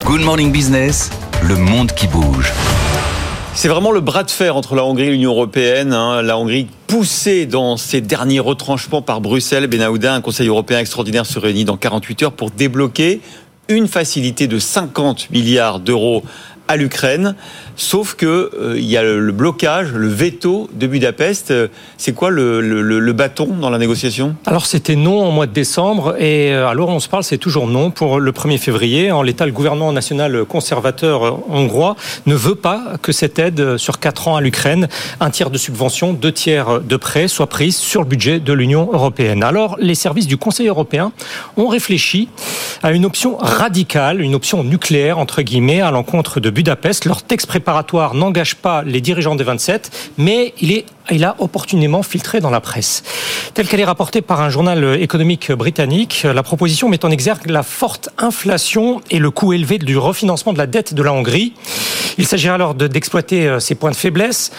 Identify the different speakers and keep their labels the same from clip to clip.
Speaker 1: Good Morning Business, le monde qui bouge.
Speaker 2: C'est vraiment le bras de fer entre la Hongrie et l'Union européenne. La Hongrie poussée dans ses derniers retranchements par Bruxelles. Benaouda, un Conseil européen extraordinaire se réunit dans 48 heures pour débloquer une facilité de 50 milliards d'euros à l'Ukraine. Sauf que il y a le blocage, le veto de Budapest. C'est quoi le bâton dans la négociation ?
Speaker 3: Alors c'était non en mois de décembre et alors on se parle, c'est toujours non pour le 1er février. En l'état, le gouvernement national conservateur hongrois ne veut pas que cette aide sur 4 ans à l'Ukraine, 1 tiers de subvention, 2 tiers de prêt, soit prise sur le budget de l'Union européenne. Alors les services du Conseil européen ont réfléchi à une option radicale, une option nucléaire entre guillemets à l'encontre de Budapest. Leur texte préparatoire n'engage pas les dirigeants des 27, mais il a opportunément filtré dans la presse. Telle qu'elle est rapportée par un journal économique britannique, la proposition met en exergue la forte inflation et le coût élevé du refinancement de la dette de la Hongrie. Il s'agira alors d'exploiter ces points de faiblesse.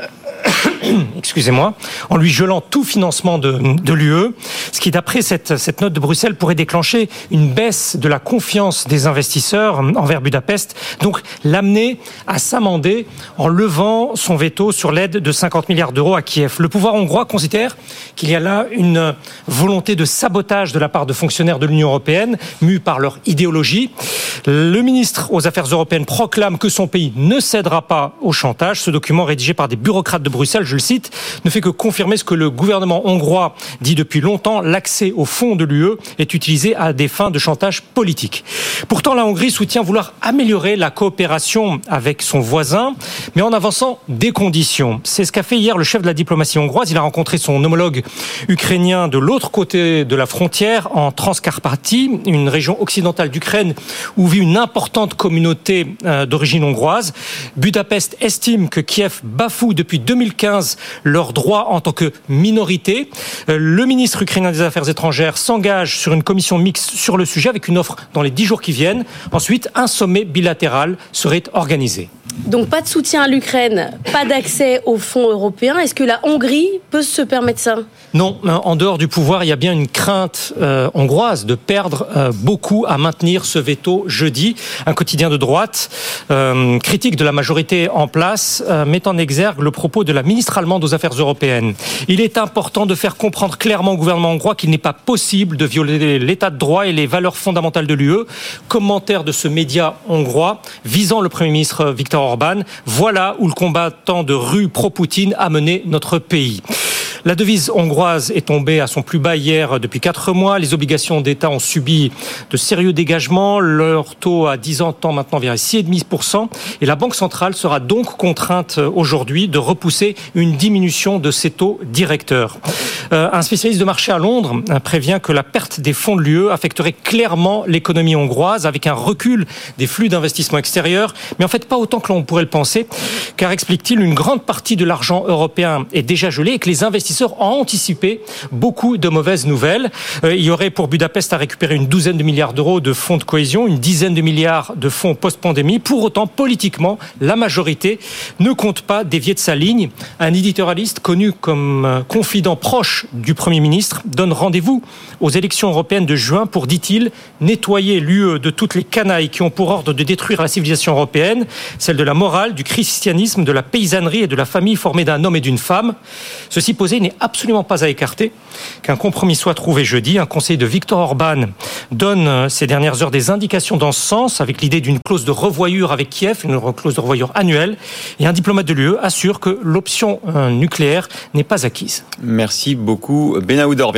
Speaker 3: Excusez-moi, en lui gelant tout financement de l'UE, ce qui, d'après cette note de Bruxelles, pourrait déclencher une baisse de la confiance des investisseurs envers Budapest, donc l'amener à s'amender en levant son veto sur l'aide de 50 milliards d'euros à Kiev. Le pouvoir hongrois considère qu'il y a là une volonté de sabotage de la part de fonctionnaires de l'Union européenne, mus par leur idéologie. Le ministre aux Affaires européennes proclame que son pays ne cédera pas au chantage. Ce document rédigé par des bureaucrates de Bruxelles, je le cite, ne fait que confirmer ce que le gouvernement hongrois dit depuis longtemps, l'accès aux fonds de l'UE est utilisé à des fins de chantage politique. Pourtant, la Hongrie soutient vouloir améliorer la coopération avec son voisin, mais en avançant des conditions. C'est ce qu'a fait hier le chef de la diplomatie hongroise. Il a rencontré son homologue ukrainien de l'autre côté de la frontière, en Transcarpathie, une région occidentale d'Ukraine où vit une importante communauté d'origine hongroise. Budapest estime que Kiev bafoue depuis 2015 leurs droits en tant que minorité. Le ministre ukrainien des Affaires étrangères s'engage sur une commission mixte sur le sujet avec une offre dans les 10 jours qui viennent. Ensuite, un sommet bilatéral serait organisé.
Speaker 4: Donc pas de soutien à l'Ukraine, pas d'accès aux fonds européens. Est-ce que la Hongrie peut se permettre ça ?
Speaker 3: Non, en dehors du pouvoir, il y a bien une crainte hongroise de perdre beaucoup à maintenir ce veto jeudi. Un quotidien de droite, critique de la majorité en place, met en exergue le propos de la ministre allemande aux Affaires européennes. Il est important de faire comprendre clairement au gouvernement hongrois qu'il n'est pas possible de violer l'état de droit et les valeurs fondamentales de l'UE. Commentaire de ce média hongrois visant le Premier ministre Viktor Orban. Voilà où le combattant de rue pro-Poutine a mené notre pays. La devise hongroise est tombée à son plus bas hier depuis 4 mois. Les obligations d'État ont subi de sérieux dégagements. Leur taux à 10 ans tend maintenant vers 6,5%. Et la Banque centrale sera donc contrainte aujourd'hui de repousser une diminution de ses taux directeurs. Un spécialiste de marché à Londres prévient que la perte des fonds de l'UE affecterait clairement l'économie hongroise avec un recul des flux d'investissement extérieurs. Mais en fait, pas autant que l'on pourrait le penser. Car, explique-t-il, une grande partie de l'argent européen est déjà gelée et que les investisseurs ont anticipé beaucoup de mauvaises nouvelles. Il y aurait pour Budapest à récupérer une 12aine de milliards d'euros de fonds de cohésion, une 10aine de milliards de fonds post-pandémie. Pour autant, politiquement, la majorité ne compte pas dévier de sa ligne. Un éditorialiste connu comme confident proche du Premier ministre donne rendez-vous aux élections européennes de juin pour, dit-il, nettoyer l'UE de toutes les canailles qui ont pour ordre de détruire la civilisation européenne, celle de la morale, du christianisme, de la paysannerie et de la famille formée d'un homme et d'une femme. Ceci posé n'est absolument pas à écarter qu'un compromis soit trouvé jeudi. Un conseiller de Viktor Orban donne ces dernières heures des indications dans ce sens, avec l'idée d'une clause de revoyure avec Kiev, une clause de revoyure annuelle. Et un diplomate de l'UE assure que l'option nucléaire n'est pas acquise.
Speaker 2: Merci beaucoup, Benaouda.